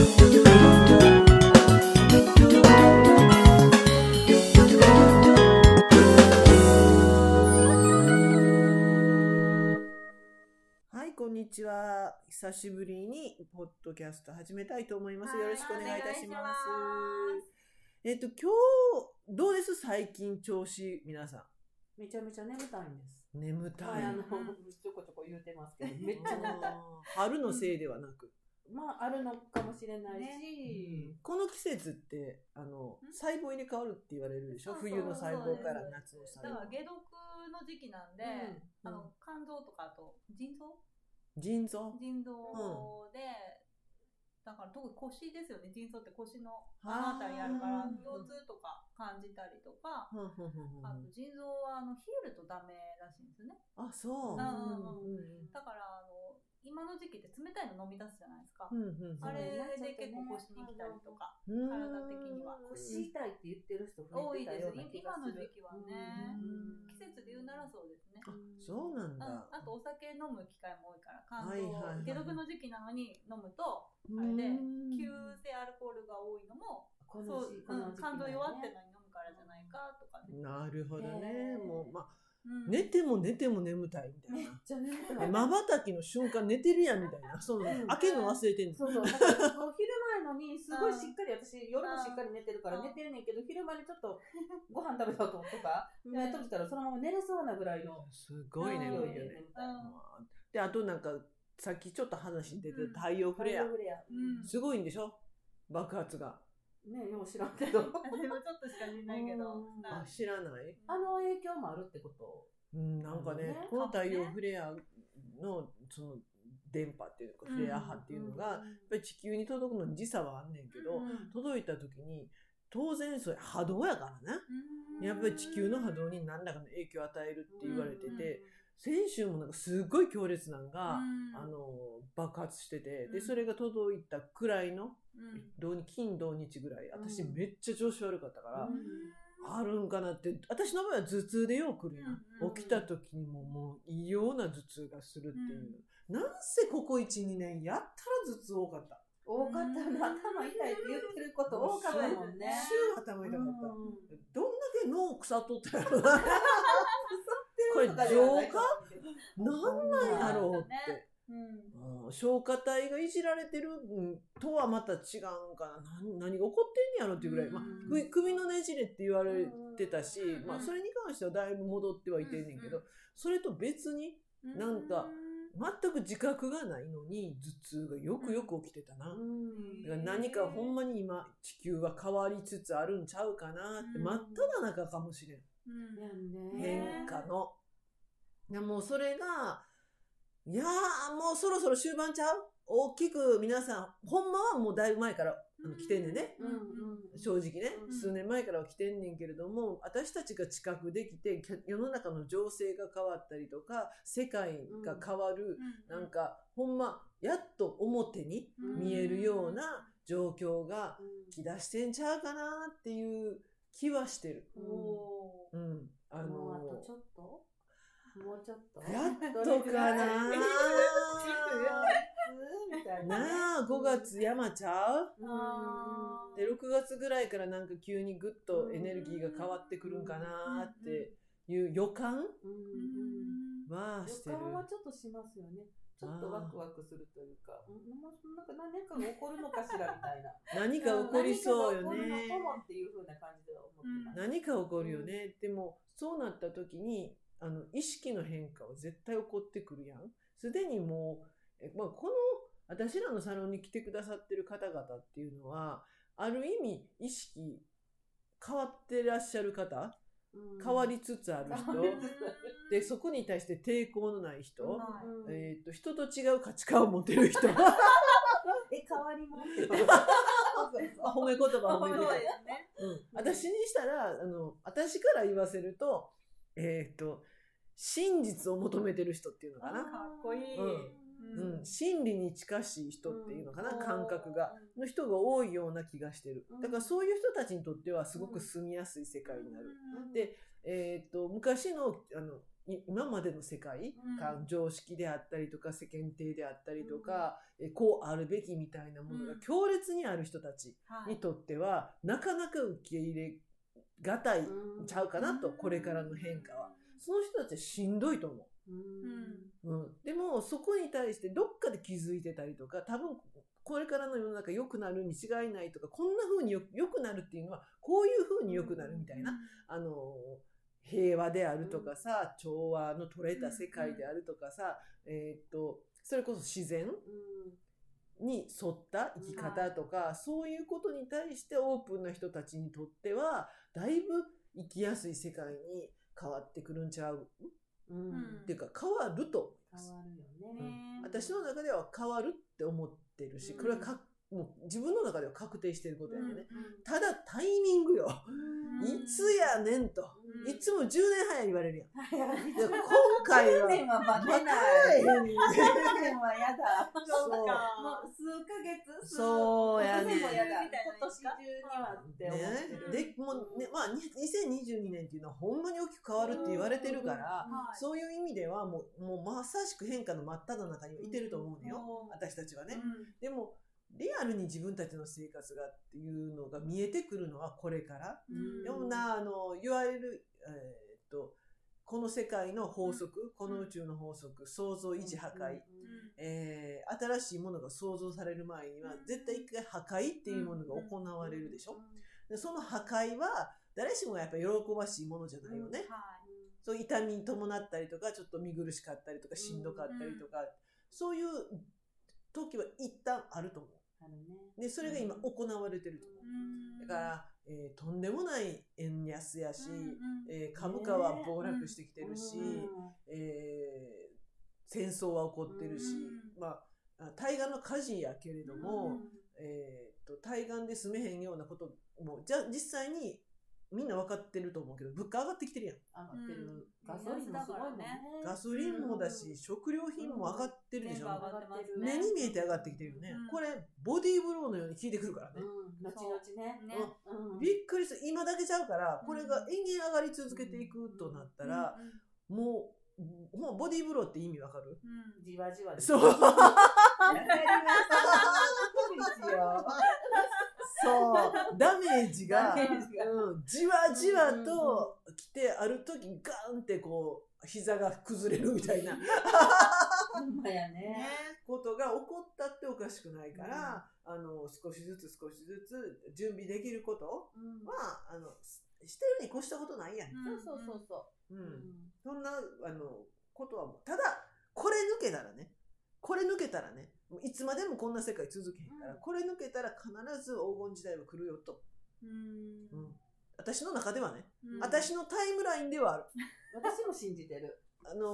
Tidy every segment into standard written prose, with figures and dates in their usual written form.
はい、こんにちは。久しぶりにポッドキャスト始めたいと思います。よろしくお願いいたします。今日どうです？最近調子皆さん。 めちゃめちゃ眠たいんです。 眠たい。 ちょこちょこ言うてますけど、めっちゃ眠たい。 春のせいではなく。 まああるのかもしれないし、 この季節って細胞入れ替わるって言われるでしょ。冬の細胞から夏の細胞。 だから解毒の時期なんで、肝臓とかあと腎臓で、だから特に腰ですよね。腎臓って腰のあたりあるから腰痛とか感じたりとか、あと腎臓は冷えるとダメらしいんですよね。 あ、そう。 だから今の時期って冷たいの飲み出すじゃないですか。あれで結構腰に来たりとか、体的には腰痛いって言ってる人多いです。今の時期はね、季節で言うならそうですね。 そうなんだ。 あとお酒飲む機会も多いから、肝臓解毒の時期なのに飲むとあれで急性アルコールが多いのも、肝臓弱ってるのに飲むからじゃないかとかね。 なるほどね。もう寝ても寝ても眠たいみたいな。 めっちゃ眠たい。 まばたきの瞬間寝てるやんみたいな。開けるの忘れてんの。 そう。だから昼前のにすごいしっかり、私夜もしっかり寝てるから寝てるねんけど、昼間にちょっとご飯食べた後とか目閉じたらそのまま寝れそうなぐらいの。 すごい眠いよね。で、あとなんかさっきちょっと話に出てた太陽フレア。すごいんでしょ？爆発が。 ね、よう知らんけど。 でもちょっとしか見ないけど。 知らない？ 影響もあるってこと？ なんかね、この太陽フレアのその電波っていうかフレア波っていうのがやっぱり地球に届くのに時差はあんねんけど、届いた時に当然それ波動やからね、やっぱり地球の波動に何らかの影響を与えるって言われてて、先週もなんかすごい強烈なのが爆発してて、でそれが届いたくらいの金土日ぐらい、私めっちゃ調子悪かったから、あるんかなって。私の場合は頭痛でよく来るやん。起きた時にもう異様な頭痛がするっていう。なんせここ 1,2 年やったら頭痛多かった。 多かったね。頭痛いって言ってること多かったもんね。 週頭痛かった。どんだけ脳腐っとったやろな。これ浄化なんなんやろうって。消化体がいじられてるとはまた違うんかな。何が起こってんやろっていうぐらい、首のねじれって言われてたし、それに関してはだいぶ戻ってはいてんねんけど、それと別になんか全く自覚がないのに頭痛がよくよく起きてたな。だから何かほんまに今地球は変わりつつあるんちゃうかなって、真っ只中かもしれん。変化の。もうそれがいやーもうそろそろ終盤ちゃう？大きく皆さんほんまはもうだいぶ前から来てんねんね、正直ね、数年前からは来てんねんけれども、私たちが知覚できて世の中の情勢が変わったりとか世界が変わる、なんかほんまやっと表に見えるような状況が来だしてんちゃうかなっていう気はしてる。 あとちょっともうちょっとやっとかななあ、5月山ちゃうで、6月ぐらいからなんか急にぐっとエネルギーが変わってくるんかなっていう予感はしてる。 予感はちょっとしますよね。ちょっとワクワクするというか、なんか何かが起こるのかしらみたいな。 何か起こりそうよね。 っていう風な感じでは思ってます。 何か起こるよね。でもそうなった時に意識の変化は絶対起こってくるやん。すでにもう、この私らのサロンに来てくださってる方々っていうのは、ある意味意識変わってらっしゃる方、変わりつつある人、で、そこに対して抵抗のない人、人と違う価値観を持ってる人。 変わりもって褒め言葉。私にしたら、私から言わせると、真実を求めてる人っていうのかな。 かっこいい。 真理に近しい人っていうのかな、感覚がの人が多いような気がしてる。だからそういう人たちにとってはすごく住みやすい世界になる。で、昔の今までの世界、常識であったりとか世間体であったりとか、こうあるべきみたいなものが強烈にある人たちにとっては、なかなか受け入れがたいちゃうかなと、これからの変化は。その人たちはしんどいと思う。でもそこに対してどっかで気づいてたりとか、多分これからの世の中良くなるに違いないとか、こんな風に良くなるっていうのはこういう風に良くなるみたいな、平和であるとかさ、調和の取れた世界であるとかさ、それこそ自然に沿った生き方とか、そういうことに対してオープンな人たちにとってはだいぶ生きやすい世界に変わってくるんちゃう、っていうか変わると思います。 変わるよね。 私の中では変わるって思ってるし、これはもう自分の中では確定してることやね。ただタイミングよ。いつやねんと。いつも10年早い言われるやん。今回は。10年は待てない。10年はやだ。そう。もう数ヶ月。そうやね。今年中にはって思ってる。で、もうね、まあ2022年っていうのはほんまに大きく変わるって言われてるから、そういう意味ではもうまさしく変化の真っ只中にはいてると思うのよ。私たちはね。でも、リアルに自分たちの生活がっていうのが見えてくるのはこれから。でもいわゆる、この世界の法則、この宇宙の法則、創造維持破壊、新しいものが創造される前には絶対一回破壊っていうものが行われるでしょ。でその破壊は誰しもがやっぱり喜ばしいものじゃないよね。そう痛みに伴ったりとか、ちょっと見苦しかったりとか、しんどかったりとか、そういう時は一旦あると思う。でそれが今行われてると思う。だから、とんでもない円安やし、株価は暴落してきてるし、戦争は起こってるし、まあ対岸の火事やけれども、対岸で住めへんようなことも実際にみんな分かってると思うけど、物価上がってきてるやん。上がってる。ガソリンもすごいもんね。ガソリンもだし、食料品も上がってるでしょ。目に見えて上がってきてるよね。これ、ボディーブローのように効いてくるからね。 後々ね。 びっくりする。今だけちゃうから、これが延々上がり続けていくとなったら、もうボディーブローって意味わかる？ じわじわで。 そう。わかります。そう、ダメージが、じわじわと来て、ある時ガーンってこう膝が崩れるみたいなことが起こったっておかしくないから、少しずつ準備できることはしてるに越したことないやん。 そう。 そんなことはただこれ抜けたらね、いつまでもこんな世界続けへんから、これ抜けたら必ず黄金時代は来るよと。私の中ではね、私のタイムラインではある。 私も信じてる。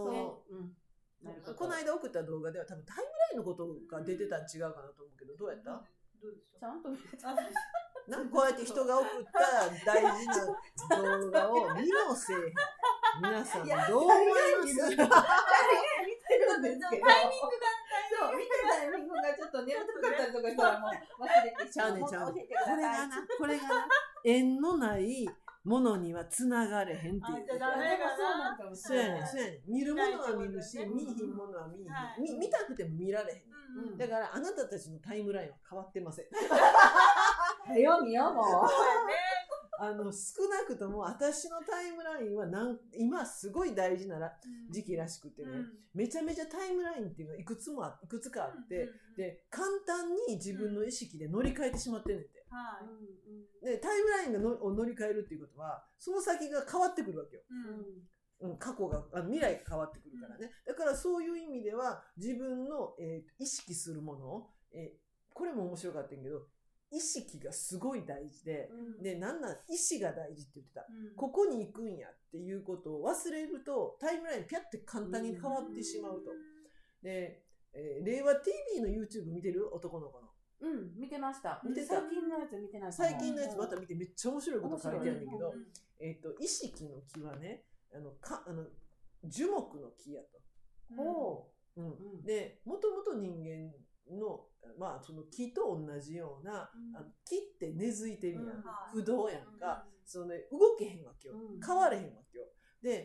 この間送った動画では多分タイムラインのことが出てたん違うかなと思うけど、どうやった？ ちゃんと見てた。 なんかこうやって人が送った大事な動画を見もせえへん。皆さんどう思います？ 見てるんですけど、タイミングが見てタイミングがちょっと眠たかったりとかしたらもう忘れてちゃうね。これがな縁のないものには繋がれへんっていう。そうやね。見るものは見るし、見ひんものは見ひん。見たくても見られへん。だからあなたたちのタイムラインは変わってません。 見よもう。 少なくとも私のタイムラインは今すごい大事な時期らしくてね、めちゃめちゃタイムラインっていうのはいくつかあって、で簡単に自分の意識で乗り換えてしまってんねんて。でタイムラインを乗り換えるっていうことはその先が変わってくるわけよ。過去が未来が変わってくるからね。だからそういう意味では自分の、意識するもの、これも面白かったんやけど、意識がすごい大事で、なんなん意志が大事って言ってた、ここに行くんやっていうことを忘れるとタイムラインピャって簡単に変わってしまうと。で、令和 TV の YouTube 見てる？男の子の。 見てました。最近のやつ見てない。 最近のやつまた見てめっちゃ面白いこと書いてあるんだけど、意識の木はね、樹木の木やと。で、もともと人間のその木と同じような、木って根付いてるやん、不動やんか、動けへんわけよ、変われへんわけよ。で、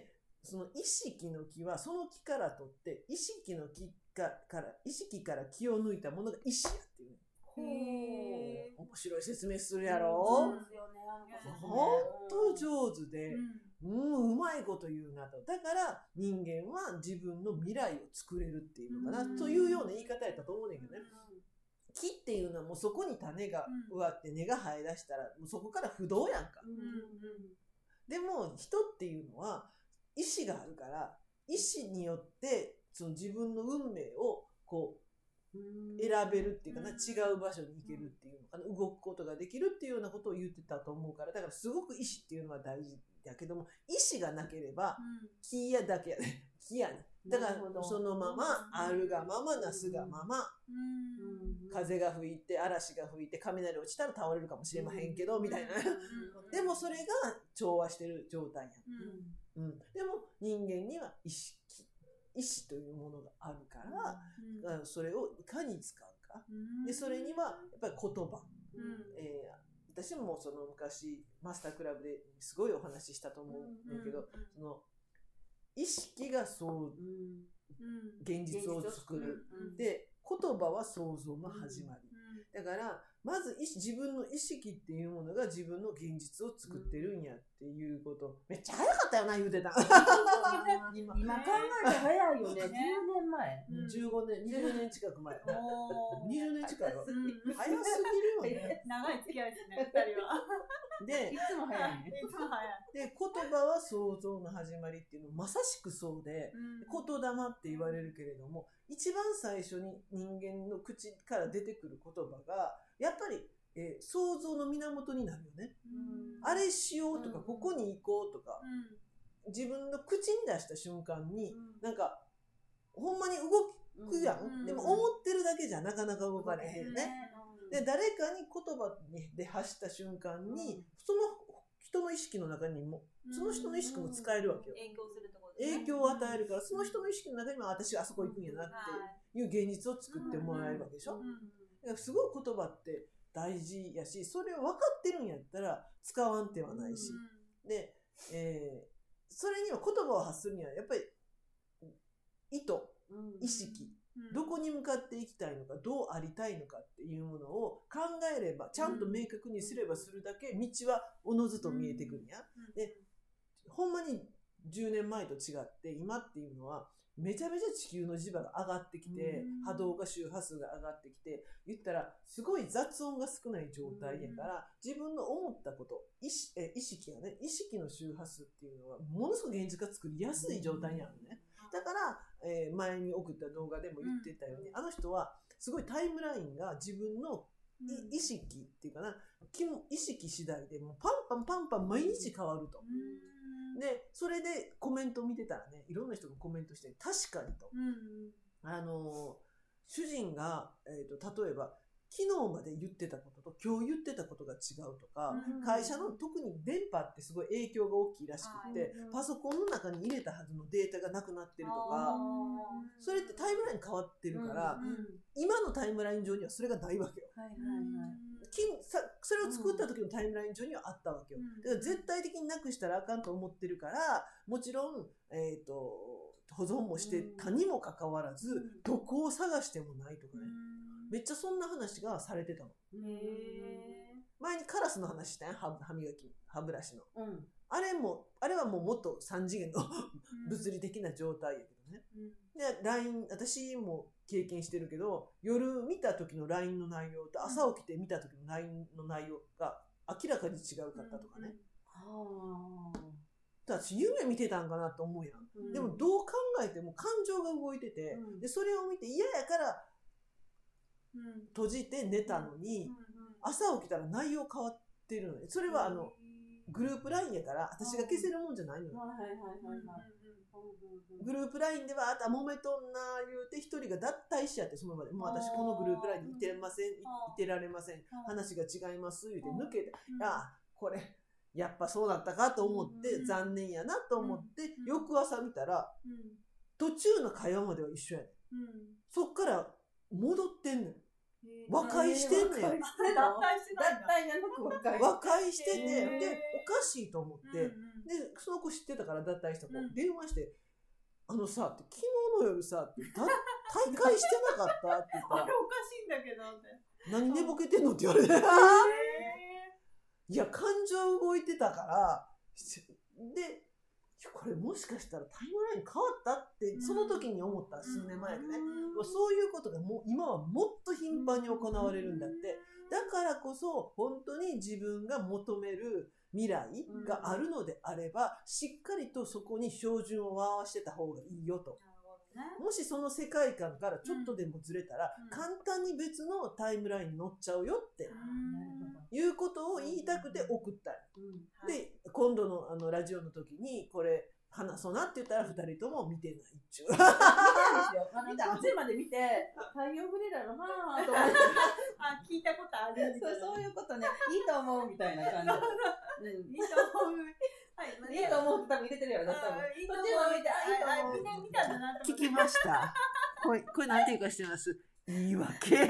その意識の気はその気から取って意識から気を抜いたものが意志やっていうね。面白い説明するやろ。本当上手で、うまいこと言うなと。だから人間は自分の未来を作れるっていうのかな、というような言い方やったと思うねんけどね。木っていうのはもうそこに種が植わって根が生え出したらもうそこから不動やんか。でも人っていうのは意志があるから意志によってその自分の運命をこう選べるっていうかな、違う場所に行けるっていうのかな、動くことができるっていうようなことを言ってたと思うから、だからすごく意志っていうのは大事だけども、意志がなければ木やだけやね、木やね。だからそのままあるがままなすがまま、風が吹いて嵐が吹いて雷落ちたら倒れるかもしれまへんけどみたいなでもそれが調和してる状態や、でも人間には意志というものがあるから、それをいかに使うか、でそれにはやっぱり言葉、私もその昔マスタークラブですごいお話ししたと思うんだけど、その意識がそう現実を作る、で言葉は想像の始まり、だからまず自分の意識っていうものが自分の現実を作ってるんやっていうこと、めっちゃ早かったよな言うてた今考えて早いよね。10年前、 15年20年近く前20年近く早すぎるよね。 長い付き合いですね2人は。 でいつも早いね。 で言葉は想像の始まりっていうのまさしくそうで、言霊って言われるけれども、一番最初に人間の口から出てくる言葉がやっぱり、想像の源になるよね。あれしようとか、ここに行こうとか、自分の口に出した瞬間に、なんかほんまに動くやん、でも思ってるだけじゃなかなか動かれへんね。で誰かに言葉で発した瞬間に、その人の意識の中にもその人の意識も使えるわけよ。 影響するところ、 影響を与えるから、その人の意識の中にも私あそこ行くんやなっていう現実を作ってもらえるわけでしょ。だからすごい言葉って大事やし、それを分かってるんやったら使わん手はないし、で、それには言葉を発するにはやっぱり意図、意識、どこに向かっていきたいのか、どうありたいのかっていうものを考えれば、ちゃんと明確にすればするだけ道はおのずと見えてくるんや。で、ほんまに10年前と違って今っていうのはめちゃめちゃ地球の磁場が上がってきて、波動が周波数が上がってきて、言ったらすごい雑音が少ない状態やから、自分の思ったこと、意識がね、意識の周波数っていうのはものすごく現実が作りやすい状態にあるね。だから、前に送った動画でも言ってたように、あの人はすごいタイムラインが自分の意識っていうかな、意識次第でもうパンパン毎日変わると。でそれでコメント見てたらね、いろんな人がコメントして確かにと、主人が、例えば昨日まで言ってたことと今日言ってたことが違うとか、会社の特に電波ってすごい影響が大きいらしくって、パソコンの中に入れたはずのデータがなくなってるとか、それってタイムライン変わってるから、今のタイムライン上にはそれがないわけよ。それを作った時のタイムライン上にはあったわけよ。だから絶対的になくしたらあかんと思ってるから、もちろん、保存もしてたにもかかわらず、どこを探してもないとかね、めっちゃそんな話がされてたの。前にカラスの話したやん、歯磨き、歯ブラシの、あれはもうもっと3次元の物理的な状態やけどね。で LINE 私も経験してるけど、夜見た時の LINE の内容と朝起きて見た時の LINE の内容が明らかに違うかったとかね。私夢見てたんかなと思うやん。でもどう考えても感情が動いてて、でそれを見て嫌やから閉じて寝たのに、朝起きたら内容変わってるのね。それはグループ LINE やから私が消せるもんじゃないのよ。グループ LINE ではあとは揉めとんな言うて一人が脱退しちゃって、その場でもう私このグループ LINE にいてられません、話が違います言うて抜けて、これやっぱそうだったかと思って残念やなと思って翌朝見たら途中の会話までは一緒やねん。そっから戻ってんねん。和解してんねん。 脱退じゃなく和解してて、でおかしいと思って、 で、その子知ってたから脱退した子、電話して、さ、って昨日の夜さ、って大会してなかったって言ったら、 あれおかしいんだけどって。 何寝ぼけてんのって言われて。いや、感情動いてたから、で、これもしかしたらタイムライン変わったってその時に思った、数年前でね、そういうことがもう今はもっと頻繁に行われるんだって。だからこそ本当に自分が求める未来があるのであれば、しっかりとそこに照準を合わせてた方がいいよと。もしその世界観からちょっとでもずれたら、簡単に別のタイムラインに乗っちゃうよっていうことを言いたくて送ったり、で今度のラジオの時にこれ話そうなって言ったら2人とも見てないっちゅう。 見た、途中まで見て、太陽フレアのはーと思って。 あ、聞いたことあるみたいな。 そういうことね、いいと思うみたいな感じ。 いいと思う。 いいと思うって多分入れてるやろ、多分。途中まで見て、いいと思う。 みんな見たんだなと思って。 聞きました。これなんていうかしてます。言い訳。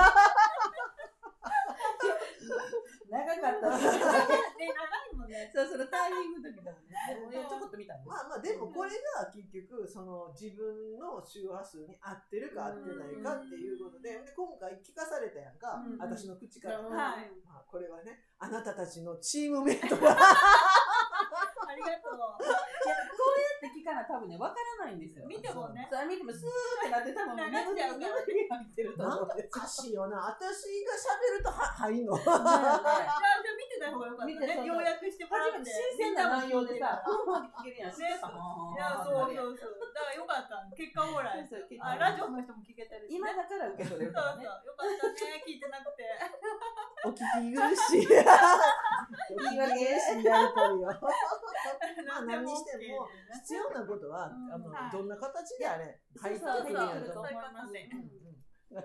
長かった。 長いもんね。 そう、そのタイミングの時だもんね。でもちょこっと見たんです。 まあでもこれが結局その自分の周波数に合ってるか合ってないかっていうことで、今回聞かされたやんか、私の口から。まあこれはね、あなたたちのチームメイトが。 ありがとう。 いや、こうやって聞かな多分ね、わからないんですよ。 見てもね。 そう、見てもスーってなって多分眠りに入ってると思う。 なんかおかしいよな。私が喋ると入んの。 じゃあ見てない方がよかったね。要約してもらって。 新鮮な内容でさ、聞けるやん。 いや、そう。だからよかった。結果オーライ。ラジオの人も聞けてる。 今だから受け取れるからね。 よかったね。聞いてなくて。 お聞き苦しい。言い訳しんやるとるよ。まあ何にしても必要なことはどんな形であれ入ってくるやろと思います。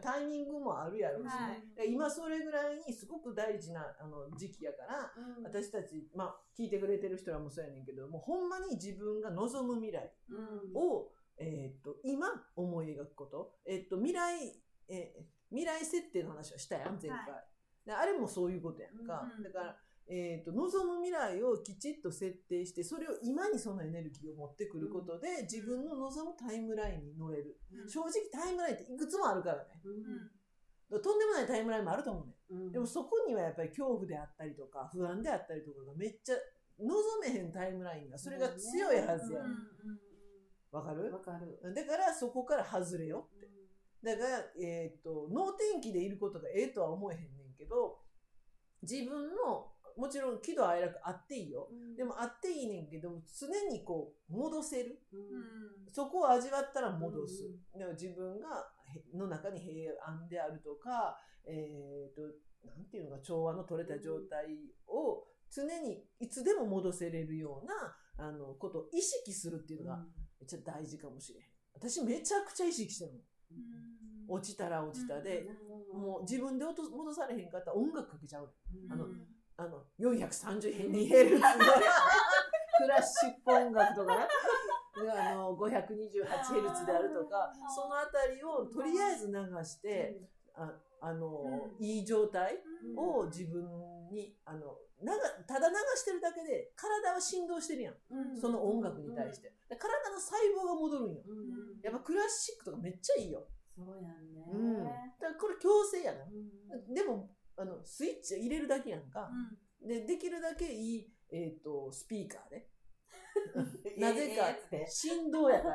タイミングもあるやろうしね。今それぐらいにすごく大事な時期やから、私たちまあ聞いてくれてる人らもそうやねんけども、ほんまに自分が望む未来を今思い描くこと。未来設定の話はしたやん前回。あれもそういうことやんか。だから望む未来をきちっと設定して、それを今にそのエネルギーを持ってくることで、自分の望むタイムラインに乗れる。正直タイムラインっていくつもあるからね。とんでもないタイムラインもあると思うね。でもそこにはやっぱり恐怖であったりとか、不安であったりとかがめっちゃ望めへんタイムラインが、それが強いはずや。わかる？ わかる。 だからそこから外れよって。だから、能天気でいることがええとは思えへんねんけど、自分のもちろん喜怒哀楽あっていいよ、でもあっていいねんけども、常にこう戻せる、そこを味わったら戻す、でも自分がの中に平安であるとか、なんていうのか、調和の取れた状態を常にいつでも戻せれるようなことを意識するっていうのがめっちゃ大事かもしれへん。私めちゃくちゃ意識してるの。落ちたら落ちたで、もう自分で戻されへんかったら音楽かけちゃう。432ヘルツのクラシック音楽とかね、528ヘルツであるとか、そのあたりをとりあえず流して、いい状態を自分にただ流してるだけで体は振動してるやん、その音楽に対して。体の細胞が戻るんよ。やっぱクラシックとかめっちゃいいよ。 そうやんね。 だからこれ強制やな。でもスイッチ入れるだけやんか。できるだけいいスピーカーで。なぜか振動やから。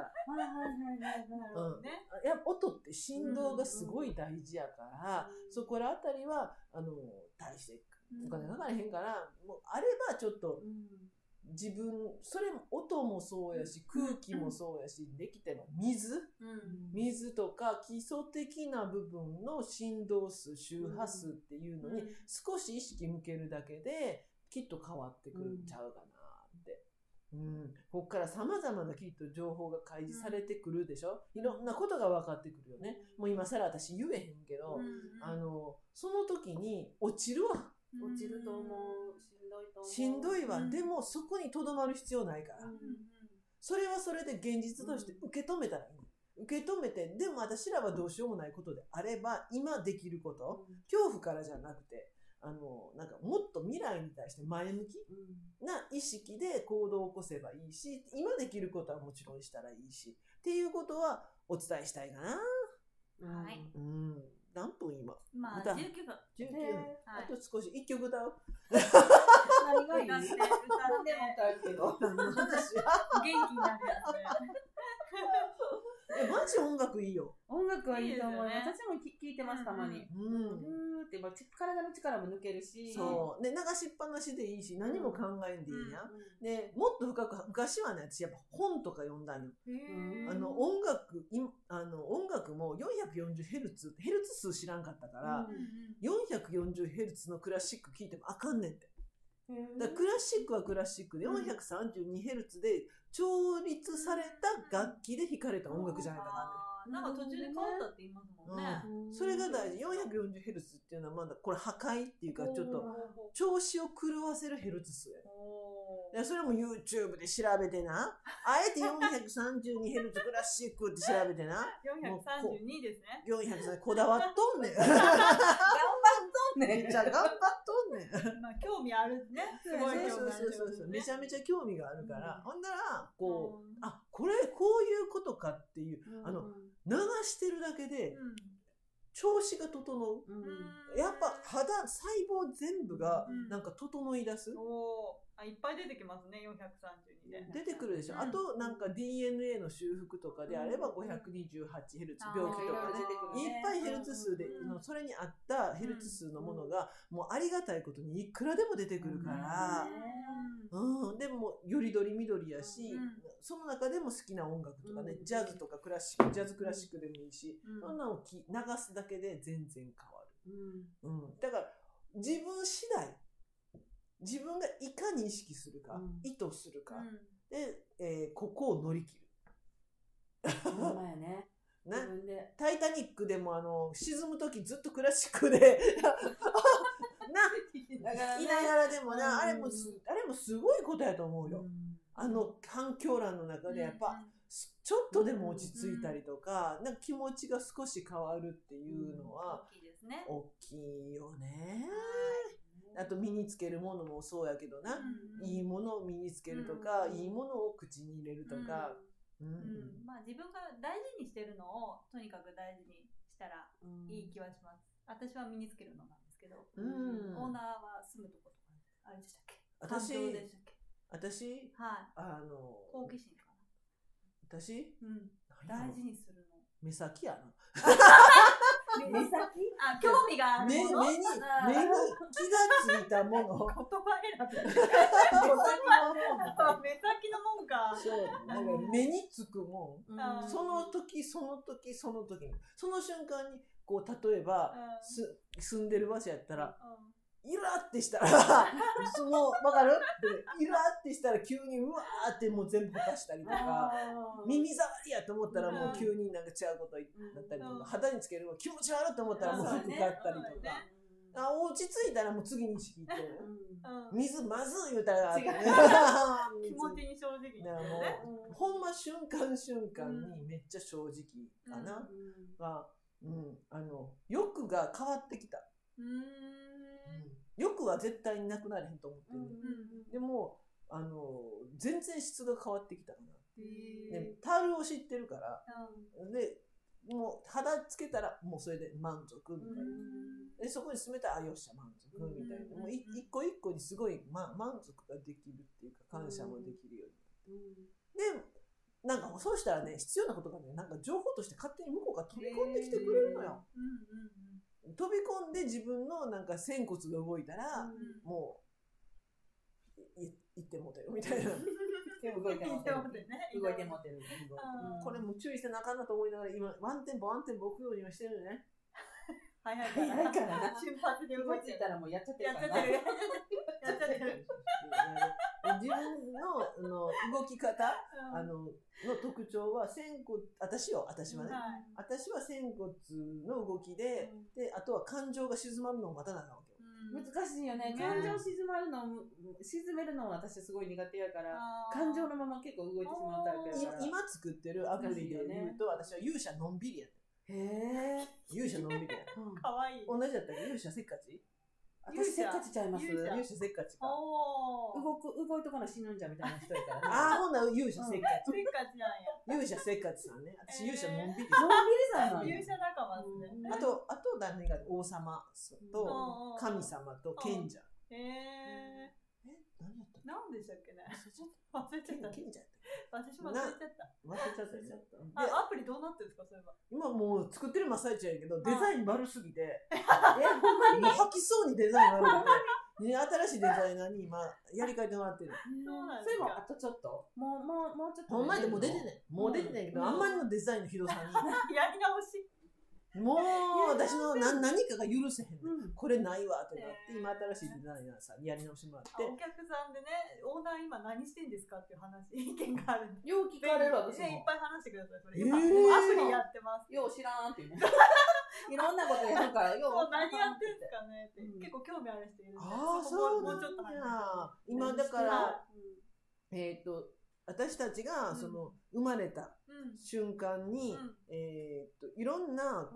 音って振動がすごい大事やから、そこらあたりは大してお金かかれへんから、もうあればちょっと自分、それも音もそうやし空気もそうやし、できても水とか基礎的な部分の振動数、周波数っていうのに少し意識向けるだけできっと変わってくるんちゃうかなって。ここから様々なきっと情報が開示されてくるでしょ。いろんなことが分かってくるよね。もう今更私言えへんけど、その時に落ちるわ。 落ちると思う。 しんどいわ。でもそこにとどまる必要ないから。それはそれで現実として受け止めたらいい。受け止めて、でも私らはどうしようもないことであれば、今できること、恐怖からじゃなくて、 なんかもっと未来に対して前向きな意識で行動を起こせばいいし、今できることはもちろんしたらいいしっていうことはお伝えしたいかな。 はい。 何分今？ まあ19分。 19分。あと少し1曲歌う。 何がいい？何でも歌うけど。 元気になるやつね。 マジ音楽いいよ。 音楽はいいと思う。私も聴いてます、たまに。って体の力も抜けるし。 そう。で、流しっぱなしでいいし、何も考えんでいいや。で、もっと深く、昔はね、私やっぱ本とか読んだの。音楽も 440Hz、ヘルツ数知らんかったから、440Hz のクラシック聴いてもあかんねんって。だからクラシックはクラシックで 432Hz で調律された楽器で弾かれた音楽じゃないかな。なんか途中で変わったって言いますもんね。 それが大事。440Hz っていうのはまだこれ破壊っていうかちょっと調子を狂わせるヘルツ数や。それも YouTube で調べてな。あえて 432Hz クラシックって調べてな。 432ですね。 432こだわっとんねん。 頑張っとんねん。 めっちゃ頑張っとんねん。 まあ興味あるね。すごい興味ある。 そう。めちゃめちゃ興味があるから。ほんなら、こういうことかっていう、流してるだけで、調子が整う。やっぱ細胞全部がなんか整い出す。 いっぱい出てきますね、432で。 出てくるでしょ。あとなんか DNA の修復とかであれば 528Hz 病気とかね。いっぱいヘルツ数で、それに合ったヘルツ数のものがもうありがたいことにいくらでも出てくるから。でもよりどりみどりやし、その中でも好きな音楽とかね、ジャズとかクラシック、ジャズクラシックでもいいし、そんなのを流すだけで全然変わる。だから自分次第。自分がいかに意識するか、意図するか、で、ここを乗り切る。タイタニックでも沈むときずっとクラシックでいながらでもな、あれもすごいことやと思うよ。環境欄の中でやっぱちょっとでも落ち着いたりとか、なんか気持ちが少し変わるっていうのは大きいよね。あと身につけるものもそうやけどな、いいものを身につけるとか、いいものを口に入れるとか、 まあ自分が大事にしてるのをとにかく大事にしたらいい気はします。私は身につけるのなんですけど、オーナーは住むとことかあれでしたっけ？ 私はい。好奇心かな。 私大事にするの。 目先やな。 目先？ 興味があるもの。 目に気がついたもの。 言葉選び。目先のもんか。 そう。なんか目につくもん。その時その瞬間にこう例えば住んでる場所やったら。イラってしたら、わかる？イラってしたら急にうわーってもう全部ほかしたりとか、耳障りやと思ったらもう急になんか違うことになったりとか、肌につけるの気持ち悪いと思ったらもう服買ったりとか、落ち着いたらもう次に意識いって、水まずい言うたら、 気持ちに正直に。 ほんま瞬間瞬間にめっちゃ正直かな。欲が変わってきた。欲は絶対になくなれへんと思ってる、でも全然質が変わってきたかな。でタールを知ってるから、でもう肌つけたらもうそれで満足みたいな、でそこに住めたらよっしゃ満足みたいな、もう一個一個にすごい、満足ができるっていうか感謝もできるようになって、でなんかそうしたらね、必要なことがね、なんか情報として勝手に向こうが飛び込んできてくれるのよ。飛び込んで自分のなんか仙骨が動いたら、もう行ってもうたよみたいな。 動いてもてる。 これも注意してなあかんなと思いながら今ワンテンポ置くようにはしてるよね。 早いからな。 瞬発で動いてたらもうやっちゃってるからな。 自分の動き方の特徴は私はね、私は仙骨の動きで、あとは感情が静まるのを待たなあかんわけよ。 難しいよね。感情沈めるのは私すごい苦手やから、感情のまま結構動いてしまうタイプやから。 今作ってるアプリで言うと、私は勇者のんびりやった。勇者のんびりや。 かわいい。 同じだったっけ？勇者せっかち？ 私せっかちちゃいます。 勇者せっかちか。 動いとかな死ぬんじゃみたいな人やからね。 ああ、ほんなら勇者せっかち。 せっかちなんや。 勇者せっかちさんね。私勇者のんびり。 のんびりさんなんや。 勇者仲間ですね。 あと何が王様と神様と賢者。何やった何でしたっけね。忘れちゃった。 賢者やった。 私も忘れちゃった。 忘れちゃった。 アプリどうなってるんですか、それは。 今もう作ってる真っ最中やけど、デザイン悪すぎて、ほんまにもう吐きそうにデザイン悪くて、新しいデザイナーに今やり替えてもらってる。 そうなんそれもですか。 あとちょっともうちょっと。 ほんまにでもう出てない。もう出てないけど、あんまりのデザインのひどさに。 やり直し。 もう私の何かが許せへん、これないわってなって、今新しいデザイナーさんにやり直してもらって、 お客さんでね、オーナー今何してんですかっていう話、意見があるんで。 よう聞かれるわ、私も。 いっぱい話してください、それ。今、アプリやってます。 よう知らんっていうね。いろんなことやるから、よう。何やってんすかねって、結構興味ある人いるんで。 ああ、そうもうちょっと今だから、私たちがその生まれた瞬間に、いろんな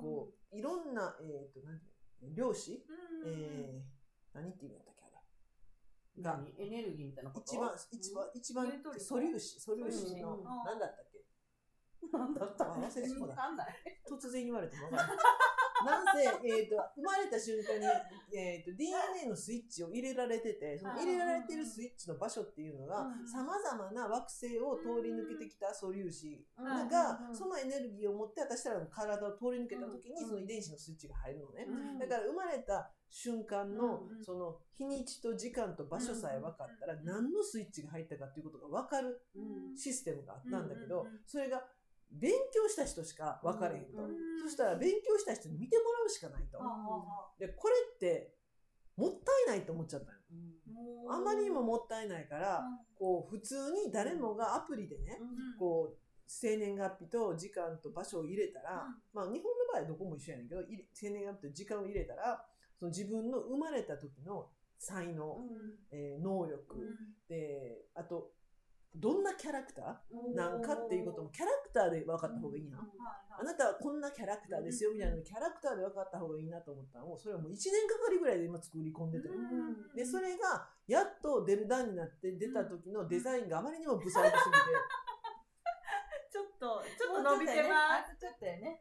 量子、何って言うんだっけあれ、 エネルギーみたいなこと。 一番素粒子の何だったっけ？ 何だった忘れてしまった。 わかんない。 突然言われても分からない。なんせ、生まれた瞬間に、DNA のスイッチを入れられてて、その入れられてるスイッチの場所っていうのが、様々な惑星を通り抜けてきた素粒子が、そのエネルギーを持って私たちの体を通り抜けた時に、その遺伝子のスイッチが入るのね。だから生まれた瞬間の、その日にちと時間と場所さえ分かったら、何のスイッチが入ったかっていうことが分かるシステムがあったんだけど、それが、勉強した人しか分かれへんと。そしたら勉強した人に見てもらうしかないと。で、これってもったいないと思っちゃったの。あまりにももったいないから、こう普通に誰もがアプリでね、こう生年月日と時間と場所を入れたら、まあ日本の場合はどこも一緒やねんけど、生年月日と時間を入れたら、その自分の生まれた時の才能、能力で、あとどんなキャラクターなんかっていうこともキャラクターで分かった方がいいな。あなたはこんなキャラクターですよみたいなのキャラクターで分かった方がいいなと思ったのを、それはもう1年かかりぐらいで今作り込んでてる。で、それがやっと出る段になって出た時のデザインがあまりにも不細工すぎて。 ちょっと伸びてます。 ちょっとやね。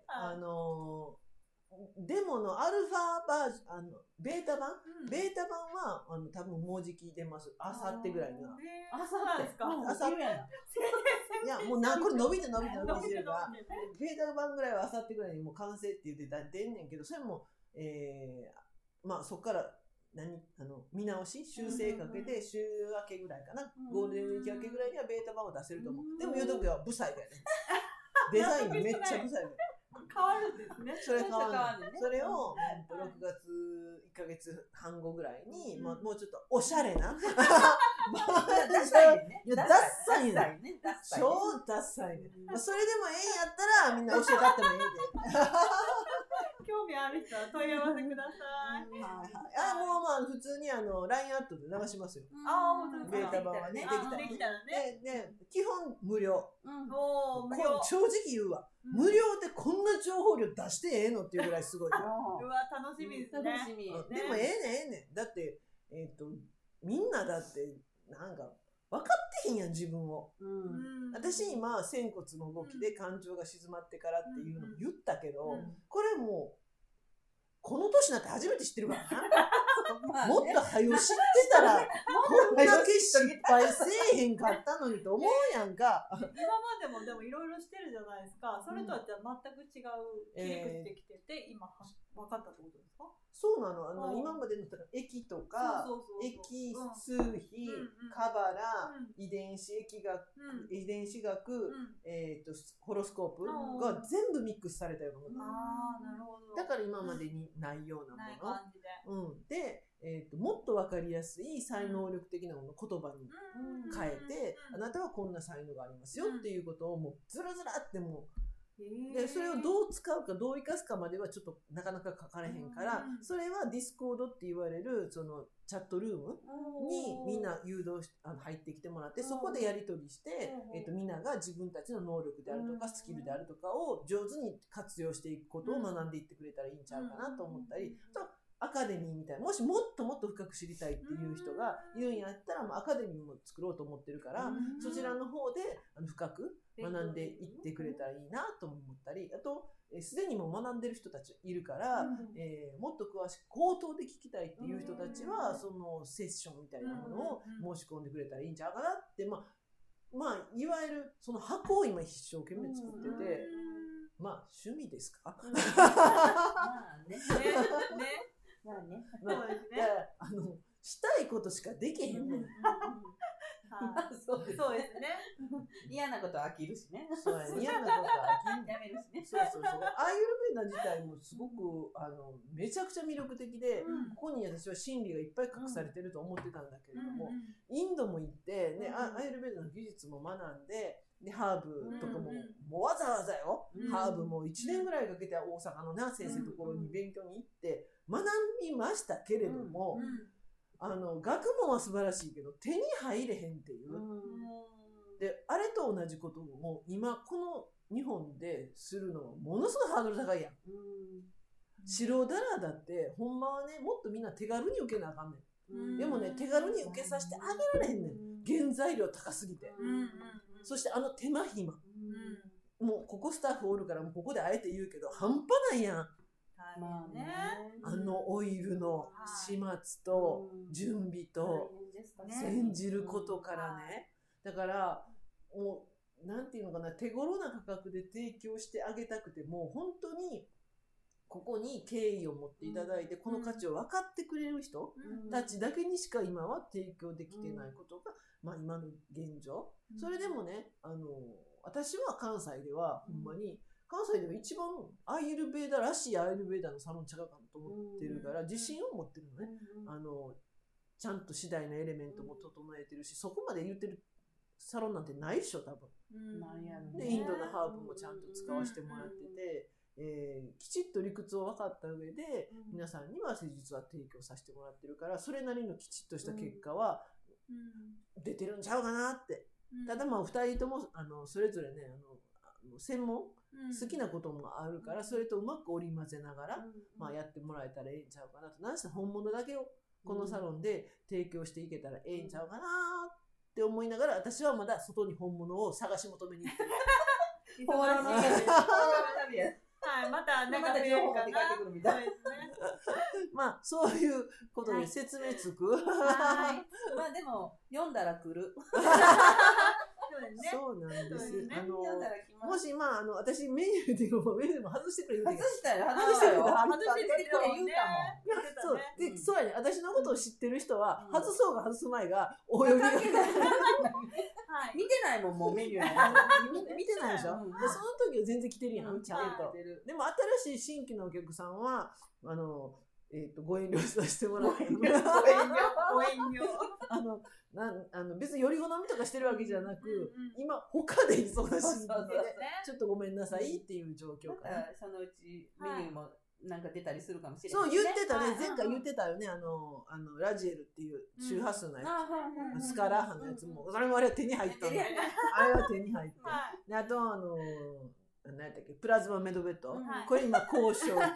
デモのアルファバージョン、ベータ版は、多分もうじき出ます。あさってぐらいには。 あさってですか？ あさって。いや、もうこれ伸びてるから、ベータ版ぐらいはあさってぐらいにもう完成って言って出んねんけど、それも、まあそっから、見直し修正かけて、週明けぐらいかな。ゴールデンウィーク明けぐらいにはベータ版を出せると思う。でも言うときはブサイだよね。デザインめっちゃブサイだよ。 変わるんですね。 それ変わる。それを6月1ヶ月半後ぐらいに、もうちょっとおしゃれな。ダッサいね。ダッサいね。超ダッサいね。それでもええんやったらみんな教えたってもええで。 興味ある人は問い合わせください。 もうまあ普通にLINE アットで流しますよ。ベータ版はね、できたらね。で、基本無料。正直言うわ。無料でこんな情報量出してええのっていうぐらいすごい。 うわ、楽しみですね。 でもええねん。だって、みんなだって、なんか、分かってへんやん、自分を。私今、仙骨の動きで感情が静まってからっていうのも言ったけど、これもう、この年になって初めて知ってるからな。もっと早よ知ってたら、こんだけ失敗せえへんかったのにと思うやんか。 今までもでもいろいろしてるじゃないですか。それとはじゃあ全く違う切り口できてて、今分かったってことですか？ そうなの。今までの液とか、液、数比、カバラ、遺伝子学、ホロスコープが全部ミックスされたようなもの。 なるほど。 だから今までにないようなもの。で、もっと分かりやすい才能力的なものを言葉に変えて、あなたはこんな才能がありますよっていうことをもうずらずらってもう、でそれをどう使うかどう生かすかまではちょっとなかなか書かれへんから、それはディスコードって言われるそのチャットルームにみんな誘導し入ってきてもらって、そこでやり取りして、みんなが自分たちの能力であるとかスキルであるとかを上手に活用していくことを学んでいってくれたらいいんちゃうかなと思ったり、 アカデミーみたいな、もしもっともっと深く知りたいっていう人がいるんやったら、アカデミーも作ろうと思ってるから、そちらの方で深く学んでいってくれたらいいなと思ったり、あとすでにも学んでる人たちいるから、もっと詳しく口頭で聞きたいっていう人たちは、そのセッションみたいなものを申し込んでくれたらいいんちゃうかなって、いわゆるその箱を今一生懸命作ってて、趣味ですか？ まあね。 したいことしかできへんねん。 そうですね。 嫌なことは飽きるしね。 そうやね。嫌なことは飽きる。 やめるしね。 そう。アーユルヴェーダ自体もすごくめちゃくちゃ魅力的で、ここに私は真理がいっぱい隠されてると思ってたんだけれども、インドも行ってね、アーユルヴェーダの技術も学んで、でハーブとかも、もうわざわざよ、ハーブも1年ぐらいかけて大阪のな先生のところに勉強に行って学びましたけれども、学問は素晴らしいけど手に入れへんっていう、であれと同じことを今この日本でするのはものすごいハードル高いやん。白だらだってほんまはね、もっとみんな手軽に受けなあかんねん。でもね、手軽に受けさせてあげられへんねん。原材料高すぎて。そして手間暇。もうここスタッフおるからもうここであえて言うけど半端ないやん。オイルの始末と準備と煎じることからね。だからもうなんていうのかな、手頃な価格で提供してあげたくても本当にここに敬意を持っていただいて、この価値を分かってくれる人たちだけにしか今は提供できてないことが、今の現状。それでもね、私は関西ではほんまに関西では一番アーユルヴェーダらしいアーユルヴェーダのサロンちゃうかなと思ってるから自信を持ってるのね。ちゃんと次第なエレメントも整えてるし、そこまで言ってるサロンなんてないっしょ多分。でインドのハーブもちゃんと使わせてもらってて、きちっと理屈を分かった上で皆さんには施術は提供させてもらってるから、それなりのきちっとした結果は出てるんちゃうかなって。ただ2人ともそれぞれね専門好きなこともあるから、それとうまく織り交ぜながらやってもらえたらええんちゃうかなと。なんせ本物だけをこのサロンで提供していけたらええんちゃうかなって思いながら、私はまだ外に本物を探し求めに行ってる。 また情報持って帰ってくるみたいな。 そういうことで説明つく。 でも読んだら来る。 そうなんです。もし私メニューでも外してくれる。 外したよ。 そうやね。私のことを知ってる人は外そうが外す前がお呼び。 見てないもん、もうメニュー見てないでしょ。その時は全然来てるやん。ちゃんと。でも新しい新規のお客さんはご遠慮させてもらって。ご遠慮。別により好みとかしてるわけじゃなく、今他で忙しいのでちょっとごめんなさいっていう状況かな。 そのうちメニューもなんか出たりするかもしれない。 そう言ってたね。前回言ってたよね。ラジエルっていう周波数のやつ、スカラーハのやつも、それもあれは手に入ったの。あれは手に入って。であと何やったっけ、プラズマメドベッド。これ今交渉中。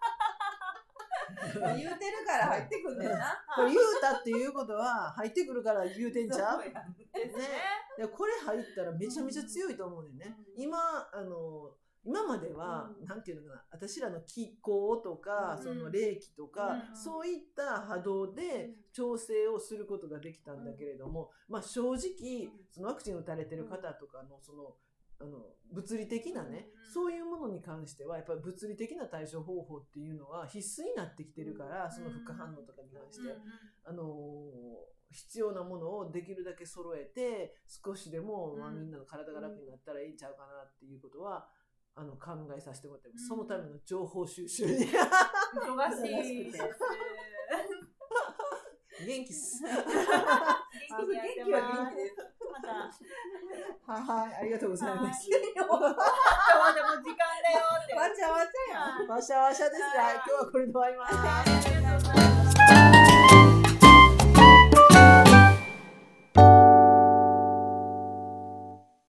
言うてるから入ってくんねんな。 これ言うたっていうことは入ってくるから言うてんちゃう？ね。でこれ入ったらめちゃめちゃ強いと思うねんね。今まではなんていうのかな、私らの気候とかその霊気とかそういった波動で調整をすることができたんだけれども、正直そのワクチン打たれてる方とかのその物理的なね、そういうものに関してはやっぱり物理的な対処方法っていうのは必須になってきてるから、その副反応とかに関して必要なものをできるだけ揃えて少しでもみんなの体が楽になったらいいんちゃうかなっていうことは考えさせてもらってます。そのための情報収集に忙しいです。 元気っす。 元気は元気です。 はい、ありがとうございます。 もう時間だよって。 わちゃわちゃやん。 わしゃわしゃですね。今日はこれで終わります。 ありがとうございます。